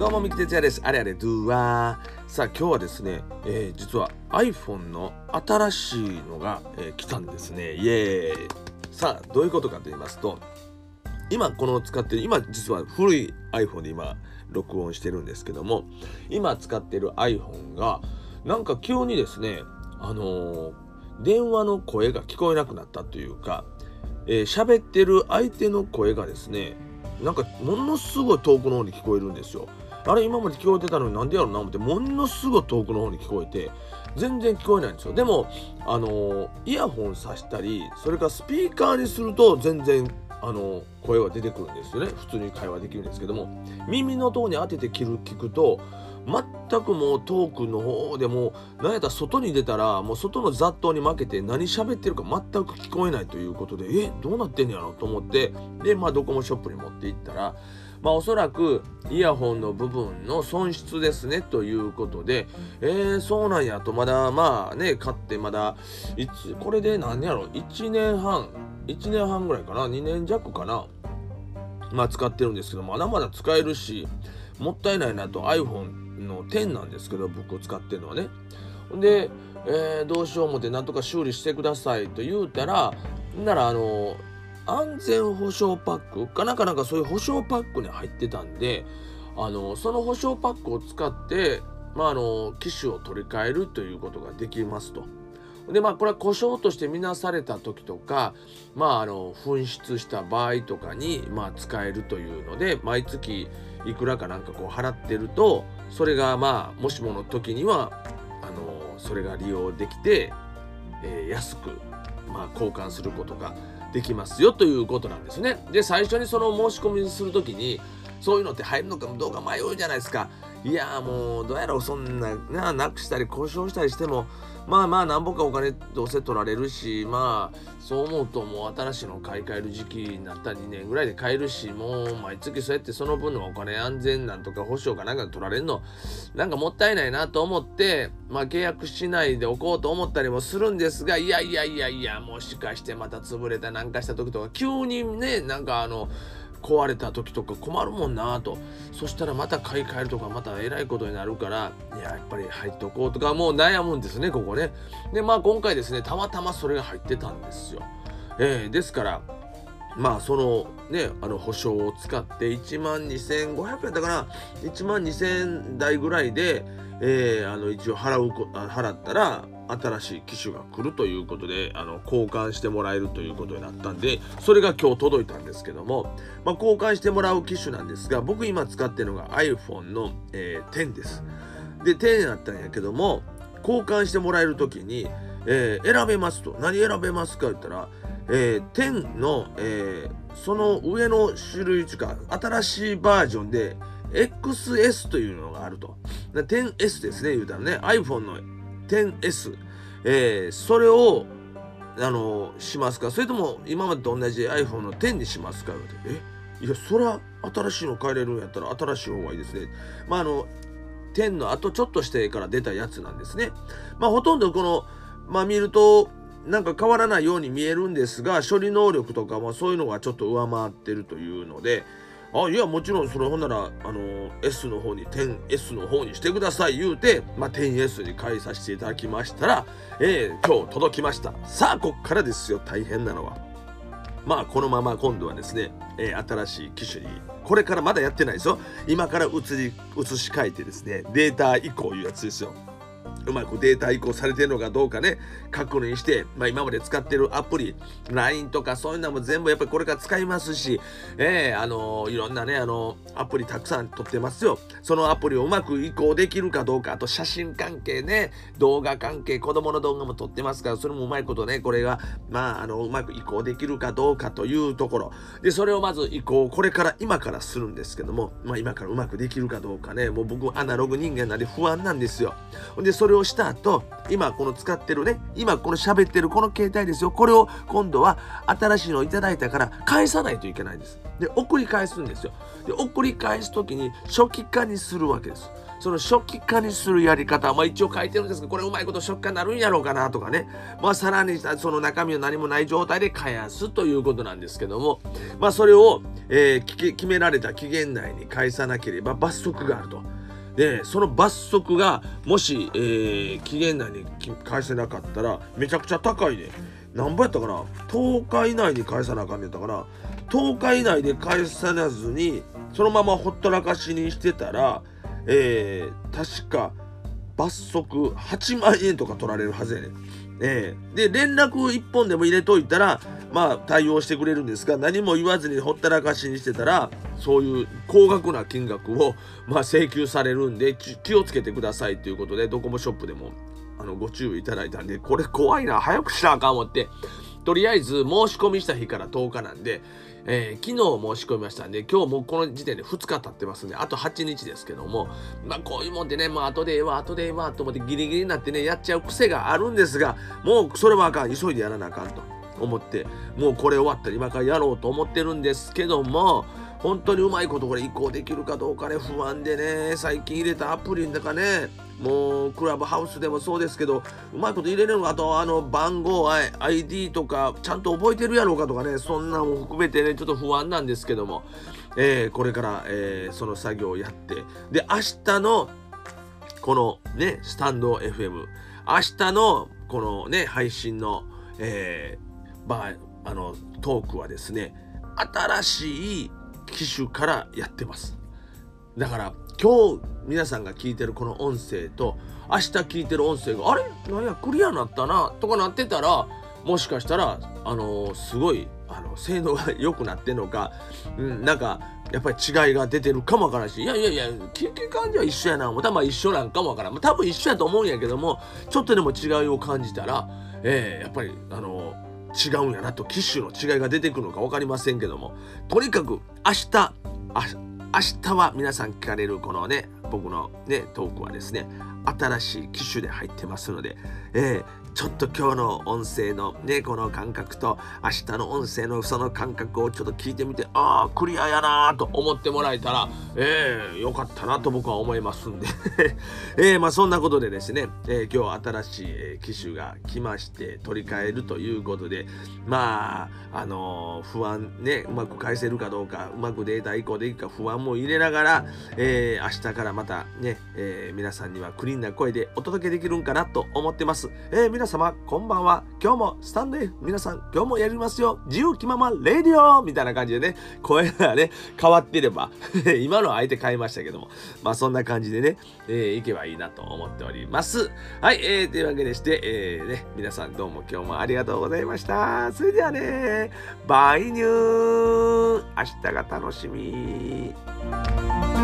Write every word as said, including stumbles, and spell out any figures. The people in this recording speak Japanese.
どうも、三木哲也です。あれあれドゥワー。さあ、今日はですね、えー、実は iPhone の新しいのが、えー、来たんですね。イエーイ。さあ、どういうことかと言いますと、今この使ってる、今実は古い iPhone で今録音してるんですけども、今使ってる iPhone がなんか急にですね、あのー、電話の声が聞こえなくなったというか、えー、喋ってる相手の声がですね、なんかものすごい遠くの方に聞こえるんですよ。あれ今まで聞こえてたのになんでやろうな思ってものすごい遠くの方に聞こえて全然聞こえないんですよ。でもあのー、イヤホンさしたりそれからスピーカーにすると全然あのー、声は出てくるんですよね。普通に会話できるんですけども、耳のとこに当てて聞く聞くと全くもう遠くの方でも何やったら外に出たらもう外の雑踏に負けて何喋ってるか全く聞こえないということで、えどうなってんやろと思って、でまあドコモショップに持って行ったら、まあおそらくイヤホンの部分の損失ですねということで、えー、そうなんやと、まだまあね買ってまだいつこれで何やろいちねんはんいちねんはんぐらいかなにねん弱かな、まあ使ってるんですけど、まだまだ使えるしもったいないなと。 iPhone のテンなんですけど僕使ってるのはね。で、えー、どうしよう思ってなんとか修理してくださいと言うたら、ならあの安全保証パックかなんかなんかそういう保証パックに入ってたんで、あのその保証パックを使ってまああの機種を取り替えるということができますと。でまあこれは故障として見なされた時とか、まああの紛失した場合とかにまあ使えるというので、毎月いくらかなんかこう払ってると、それがまあもしもの時にはあのそれが利用できて、えー、安くまあ交換することができますよということなんですね。で最初にその申し込みする時にそういうのって入るのかどうか迷うじゃないですか。いやもうどうやろう、そんなななくしたり故障したりしてもまあまあなんぼかお金どうせ取られるし、まあそう思うともう新しいの買い替える時期になったらにねんぐらいで買えるし、もう毎月そうやってその分のお金安全なんとか保証かなんか取られるのなんかもったいないなと思って、まあ契約しないでおこうと思ったりもするんですが、いやいやいやいやもしかしてまた潰れたなんかした時とか急にねなんかあの壊れた時とか困るもんなと。そしたらまた買い替えるとかまたえらいことになるから、いややっぱり入っておこうとかもう悩むんですねここね。でまあ今回ですねたまたまそれが入ってたんですよ。えー、ですからまあそのねあの保証を使っていちまんにせんごひゃくえんだからいちまんにせん台ぐらいで、えー、あの一応払う払ったら新しい機種が来るということで、あの交換してもらえるということになったんで、それが今日届いたんですけども、まあ、交換してもらう機種なんですが、僕今使ってるのが iPhone の、えー、テンです。でテンだったんやけども、交換してもらえる時に、えー、選べますと。何選べますか言ったら、えー、テンの、えー、その上の種類というか新しいバージョンで エックスエス というのがあると。テンエス ですね言うたらね、 iPhone のテンエス、えー、それをあのしますか、それとも今までと同じ iPhone のテンにしますかって。えいやそれは新しいの買えれるんやったら新しい方がいいですね。まああのテンのあとちょっとしてから出たやつなんですね。まあほとんどこのまあ見るとなんか変わらないように見えるんですが、処理能力とかもそういうのがちょっと上回ってるというので、あいやもちろんそれほんならあの S の方に テンエス の方にしてください言うて、まあ、テンエス に変えさせていただきましたら、えー、今日届きました。さあこっからですよ大変なのは。まあこのまま今度はですね、えー、新しい機種にこれからまだやってないですよ。今から移り移し替えてですね、データ移行いうやつですよ。うまくデータ移行されてるのかどうかね確認して、まあ、今まで使ってるアプリ ライン とかそういうのも全部やっぱりこれから使いますし、えー、あのー、いろんなねあのー、アプリたくさん撮ってますよ。そのアプリをうまく移行できるかどうか、あと写真関係ね、動画関係、子供の動画も撮ってますから、それもうまいことねこれがまああのうまく移行できるかどうかというところで、それをまず移行これから今からするんですけども、まあ今からうまくできるかどうかね、もう僕アナログ人間なんで不安なんですよ。でそれをした後、今この使ってるね、今この喋ってるこの携帯ですよ、これを今度は新しいのをいただいたから返さないといけないんです。で送り返すんですよ。で送り返す時に初期化にするわけです。その初期化にするやり方は、まあ、一応書いてるんですけど、これうまいこと初期化になるんやろうかなとかね、まあ、さらにその中身は何もない状態で返すということなんですけども、まあ、それを、えー、決められた期限内に返さなければ罰則があると。でその罰則がもし、えー、期限内に返せなかったらめちゃくちゃ高いね。何ぼやったかな、とおか以内に返さなあかんねんだから、とおか以内で返さずにそのままほったらかしにしてたら、えー、確か罰則はちまんえんとか取られるはずやねん。えー、で連絡いっぽんでも入れといたらまあ対応してくれるんですが、何も言わずにほったらかしにしてたらそういう高額な金額をまあ請求されるんで気をつけてくださいということで、ドコモショップでもあのご注意いただいたんで、これ怖いな、早くしなあかん思って、とりあえず申し込みした日からとおかなんで、えー、昨日申し込みましたんで、今日もうこの時点でふつか経ってますんで、あとはちにちですけども、まあこういうもんでね、まあ後でええわ後でええわと思ってギリギリになってねやっちゃう癖があるんですが、もうそれはあかん、急いでやらなあかんと思って、もうこれ終わったら今からやろうと思ってるんですけども、本当にうまいことこれ移行できるかどうかね不安でね、最近入れたアプリの中ね、もうクラブハウスでもそうですけど、うまいこと入れれるのか、あとあの番号 アイディー とかちゃんと覚えてるやろうかとかね、そんなのも含めてねちょっと不安なんですけども、えー、これから、えー、その作業をやって、で明日のこのねスタンド エフエム、 明日のこのね配信の、えー、まああのトークはですね、新しい機種からやってます。だから今日皆さんが聞いてるこの音声と明日聞いてる音声があれなんやクリアになったなとかなってたら、もしかしたらあのー、すごいあの性能が良くなってんのか、うん、なんかやっぱり違いが出てるかもわからんし、いやいやいや聞く感じは一緒やな、多分一緒なんかもわからん、多分一緒やと思うんやけども、ちょっとでも違いを感じたら、えー、やっぱりあのー、違うんやなと、機種の違いが出てくるのか分かりませんけども、とにかく明日あ明日は皆さん聞かれるこのね僕のねトークはですね、新しい機種で入ってますので、えー、ちょっと今日の音声のねこの感覚と明日の音声のその感覚をちょっと聞いてみて、ああクリアやなと思ってもらえたら、えー、よかったなと僕は思いますんで、えー、まあそんなことでですね、えー、今日新しい機種が来まして取り替えるということで、まああのー、不安ね、うまく返せるかどうか、うまくデータ移行できるか不安も入れながら、えー、明日からまたね、えー、皆さんにはクリーンな声でお届けできるんかなと思ってます。えー、皆様こんばんは。今日もスタンド F 皆さん今日もやりますよ、自由気ままレディオみたいな感じでね、声がね変わってれば今のは相手変えましたけども、まあそんな感じでね、えー、いけばいいなと思っております。はい、えー、というわけでして、えー、ね皆さんどうも今日もありがとうございました。それではね、バイニュー、明日が楽しみ。